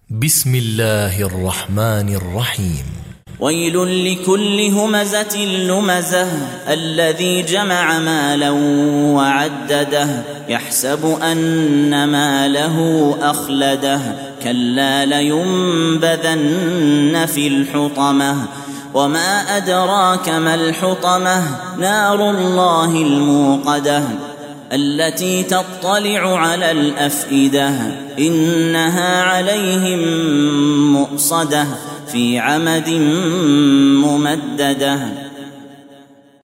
بسم الله الرحمن الرحيم. ويل لكل همزة لمزة الذي جمع مالا وعدده يحسب أن ماله أخلده كلا لينبذن في الحطمة وما أدراك ما الحطمة نار الله الموقدة التي تطلع على الأفئدة إنها عليهم مؤصدة في عمد ممددة.